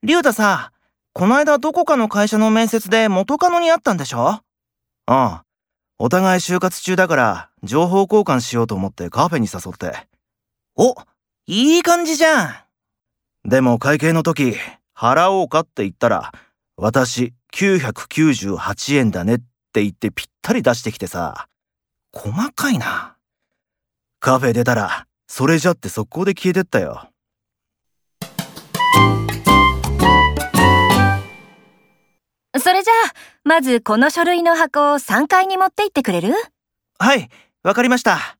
龍太さ、この間どこかの会社の面接で元カノに会ったんでしょ？うん。お互い就活中だから情報交換しようと思ってカフェに誘って。お、いい感じじゃん。でも会計の時、払おうかって言ったら、私998円だねって言ってぴったり出してきてさ。細かいな。カフェ出たら、それじゃって速攻で消えてったよ。 それじゃあ、まずこの書類の箱を3階に持って行ってくれる？ はい、わかりました。